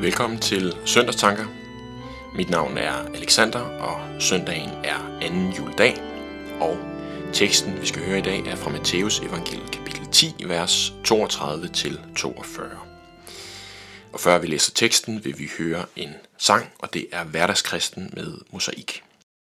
Velkommen til Søndagstanker. Mit navn er Alexander, og søndagen er anden juledag. Og teksten, vi skal høre i dag, er fra Matteus evangeliet kapitel 10, vers 32-42. Og før vi læser teksten, vil vi høre en sang, og det er Hverdagskristen med Mosaik.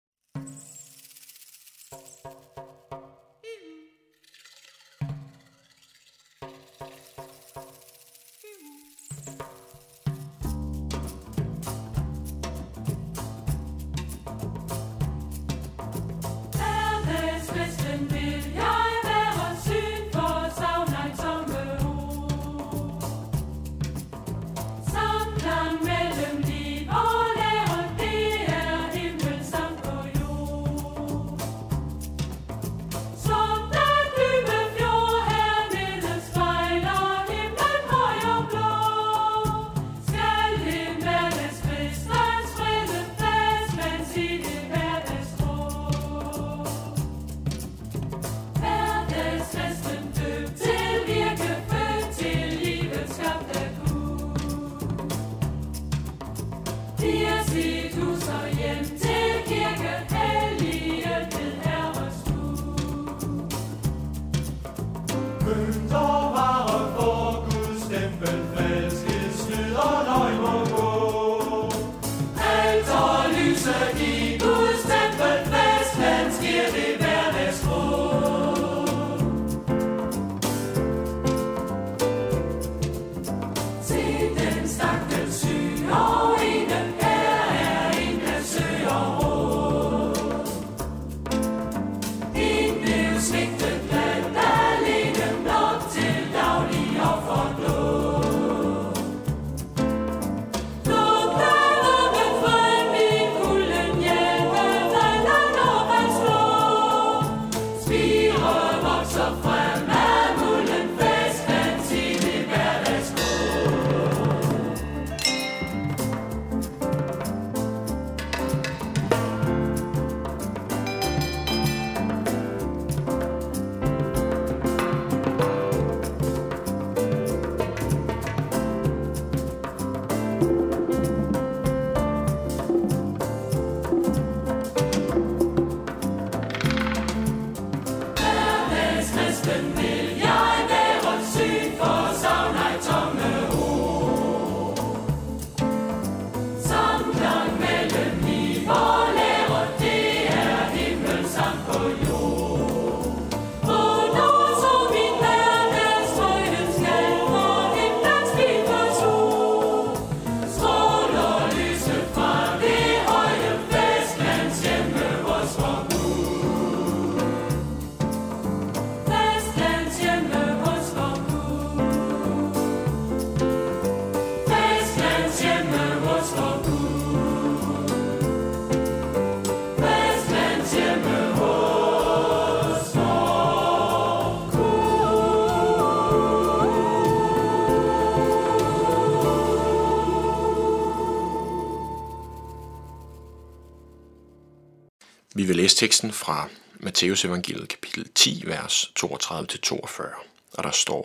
Vi vil læse teksten fra Matteus evangeliet kapitel 10, vers 32-42, og der står: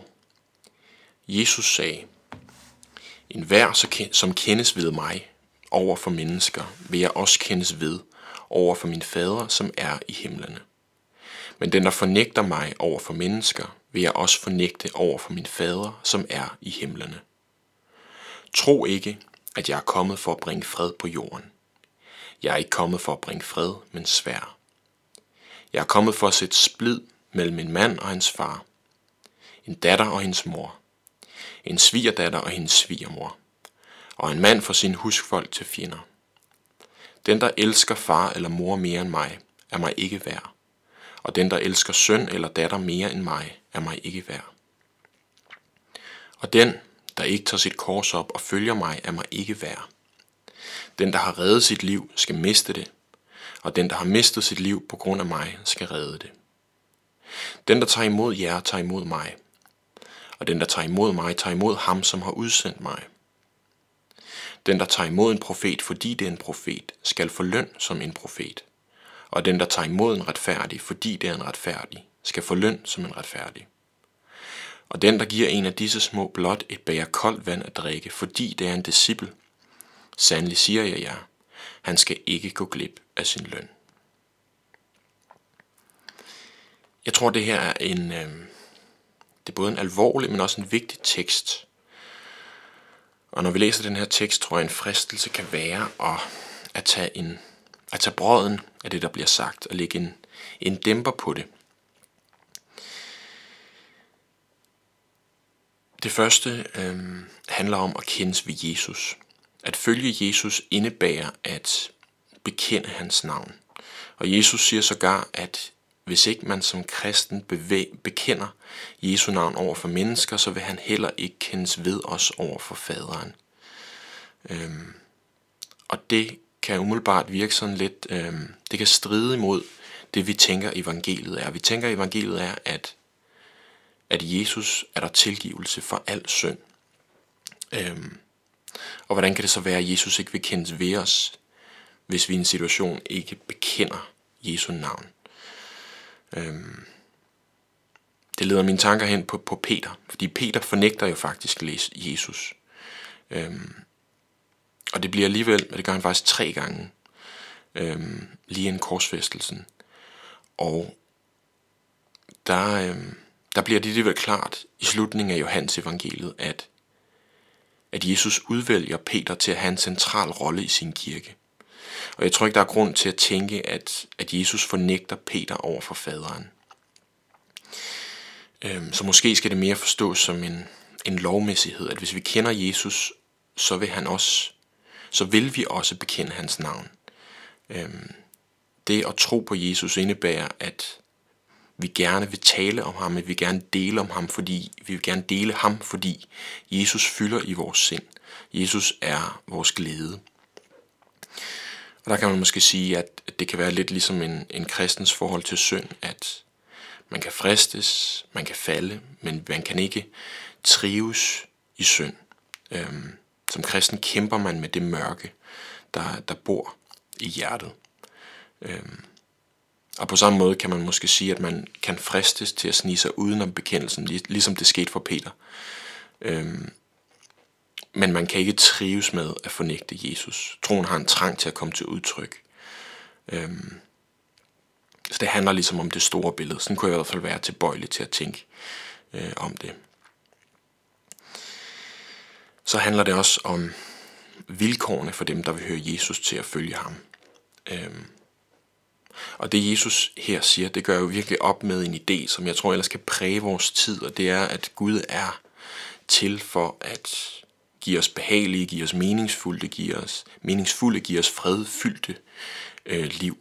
Jesus sagde: Enhver, som kendes ved mig over for mennesker, vil jeg også kendes ved over for min fader, som er i himlene. Men den, der fornægter mig over for mennesker, vil jeg også fornægte over for min fader, som er i himlene. Tro ikke, at jeg er kommet for at bringe fred på jorden. Jeg er ikke kommet for at bringe fred, men sværd. Jeg er kommet for at sætte splid mellem en mand og hans far, en datter og hendes mor, en svigerdatter og hendes svigermor, og en mand for sin husfolk til fjender. Den, der elsker far eller mor mere end mig, er mig ikke værd, og den, der elsker søn eller datter mere end mig, er mig ikke værd. Og den, der ikke tager sit kors op og følger mig, er mig ikke værd. Den, der har reddet sit liv, skal miste det, og den, der har mistet sit liv på grund af mig, skal redde det. Den, der tager imod jer, tager imod mig, og den, der tager imod mig, tager imod ham, som har udsendt mig. Den, der tager imod en profet, fordi det er en profet, skal få løn som en profet, og den, der tager imod en retfærdig, fordi det er en retfærdig, skal få løn som en retfærdig. Og den, der giver en af disse små blot et bæger koldt vand at drikke, fordi det er en disciple, sandelig siger jeg jer, han skal ikke gå glip af sin løn. Jeg tror, det her er det er både en alvorlig, men også en vigtig tekst. Og når vi læser den her tekst, tror jeg, en fristelse kan være at tage brøden af det, der bliver sagt, og lægge en dæmper på det. Det første handler om at kendes ved Jesus. At følge Jesus indebærer at bekende hans navn. Og Jesus siger sågar, at hvis ikke man som kristen bekender Jesu navn over for mennesker, så vil han heller ikke kendes ved os over for faderen. Og det kan umiddelbart virke sådan lidt, det kan stride imod det, vi tænker evangeliet er. Vi tænker evangeliet er, at Jesus er der tilgivelse for al synd. Og hvordan kan det så være, at Jesus ikke vil kendes ved os, hvis vi i en situation ikke bekender Jesu navn? Det leder mine tanker hen på Peter, fordi Peter fornægter jo faktisk Jesus. Og det bliver alligevel, det gør han faktisk 3 gange, lige inden korsfæstelsen. Og der bliver det alligevel klart i slutningen af Johannes evangeliet, at Jesus udvælger Peter til at have en central rolle i sin kirke. Og jeg tror ikke, der er grund til at tænke, at Jesus fornægter Peter over for faderen. Så måske skal det mere forstås som en lovmæssighed, at hvis vi kender Jesus, så vil vi også bekende hans navn. Det at tro på Jesus indebærer, at vi gerne vil tale om ham, at vi gerne dele om ham, fordi vi vil gerne dele ham, fordi Jesus fylder i vores sind. Jesus er vores glæde. Og der kan man måske sige, at det kan være lidt ligesom en kristens forhold til synd, at man kan fristes, man kan falde, men man kan ikke trives i synd. Som kristen kæmper man med det mørke, der bor i hjertet. Og på samme måde kan man måske sige, at man kan fristes til at snige sig udenom bekendelsen, ligesom det skete for Peter. Men man kan ikke trives med at fornægte Jesus. Troen har en trang til at komme til udtryk. Så det handler ligesom om det store billede. Sådan kunne jeg i hvert fald være tilbøjelig til at tænke om det. Så handler det også om vilkårene for dem, der vil høre Jesus til at følge ham. Og det Jesus her siger, det gør jo virkelig op med en idé, som jeg tror ellers kan præge vores tid, og det er, at Gud er til for at give os behagelige, give os meningsfulde, give os fredfyldte liv.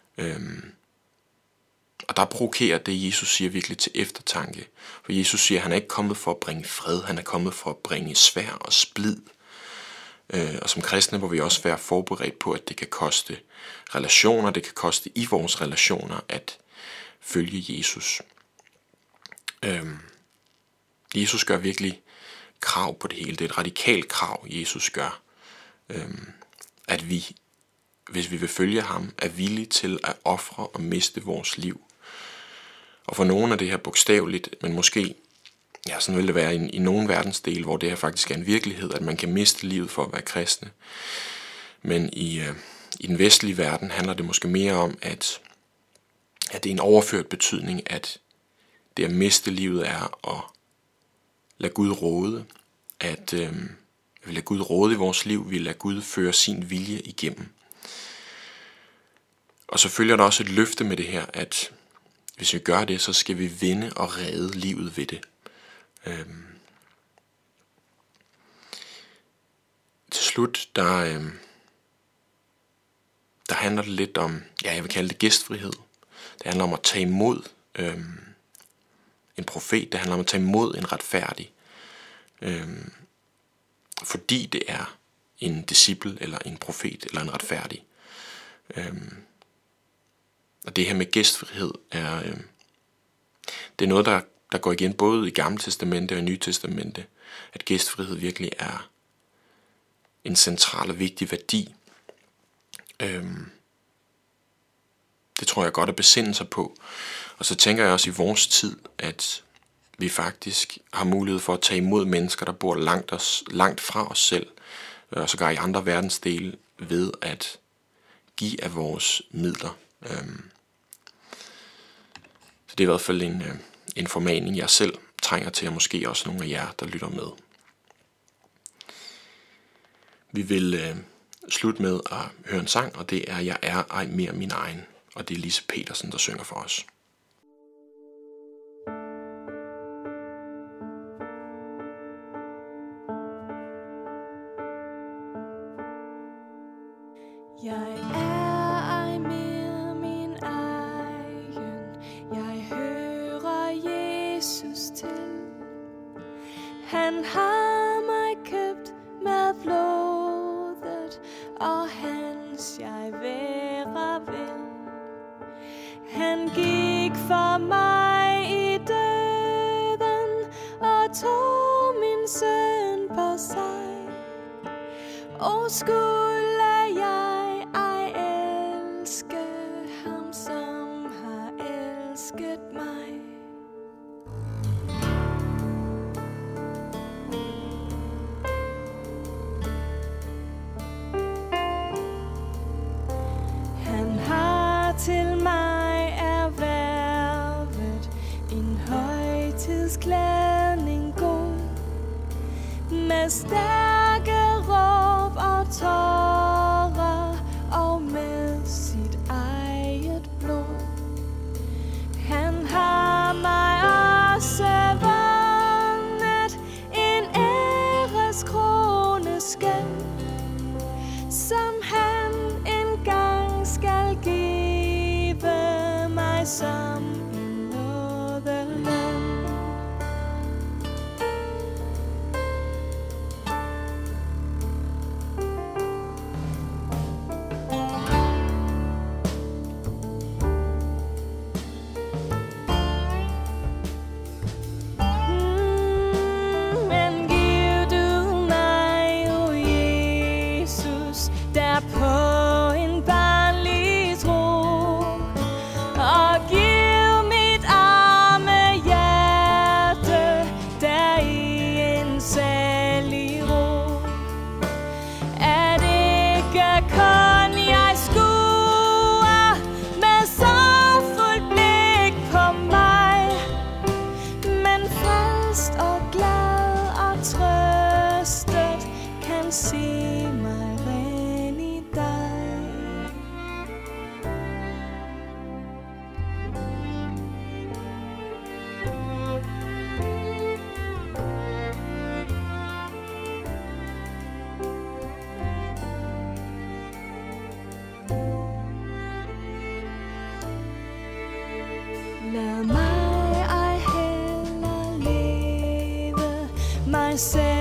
Og der provokerer det, Jesus siger, virkelig til eftertanke. For Jesus siger, at han er ikke kommet for at bringe fred, han er kommet for at bringe svær og splid. Og som kristne må vi også være forberedt på, at det kan koste relationer, det kan koste i vores relationer at følge Jesus. Jesus gør virkelig krav på det hele. Det er et radikalt krav, Jesus gør. At vi, hvis vi vil følge ham, er villige til at ofre og miste vores liv. Og for nogle er det her bogstaveligt, men måske, ja, sådan vil det være i nogle verdensdele, hvor det her faktisk er en virkelighed, at man kan miste livet for at være kristne. Men i den vestlige verden handler det måske mere om, at det er en overført betydning, at det at miste livet er at lade Gud råde. At vi lader Gud råde i vores liv, vi lader Gud føre sin vilje igennem. Og så følger der også et løfte med det her, at hvis vi gør det, så skal vi vinde og redde livet ved det. Til slut, der handler det lidt om, ja, jeg vil kalde det gæstfrihed. Det handler om at tage imod en profet. Det handler om at tage imod en retfærdig. Fordi det er en disciple, eller en profet, eller en retfærdig. Og det her med gæstfrihed det er noget, der går igen både i Gamle Testamente og i Nye Testamente. At gæstfrihed virkelig er en central og vigtig værdi. Det tror jeg godt at besinde sig på. Og så tænker jeg også i vores tid, at vi faktisk har mulighed for at tage imod mennesker, der bor langt fra os selv, og sågar i andre verdensdele, ved at give af vores midler. Så det er i hvert fald en formaning, jeg selv trænger til, og måske også nogle af jer, der lytter med. Vi vil slutte med at høre en sang, og det er Jeg er ej mere min egen, og det er Lise Petersen, der synger for os. Jeg er ej mere min egen, jeg hører Jesus til. Han har mig købt med blodet, og hans jeg være vil. Han gik for mig i døden, og tog min synd på sig. Og skulle jeg ej elske ham, som har elsket mig. Han har til mig erhvervet en højtidsklædning god, med stærke råb og tårer, og med sit eget blod. Han har mig også vundet en æreskrone skøn, som han engang skal give mig som en nådeløn. På en barnlig tro, og giv mit arme hjerte der i en salig ro. At ikke kun jeg skuer med sorgfuldt blik på mig, men frelst og glad og trøstet kan se mig. Lad mig ej heller leve mig selv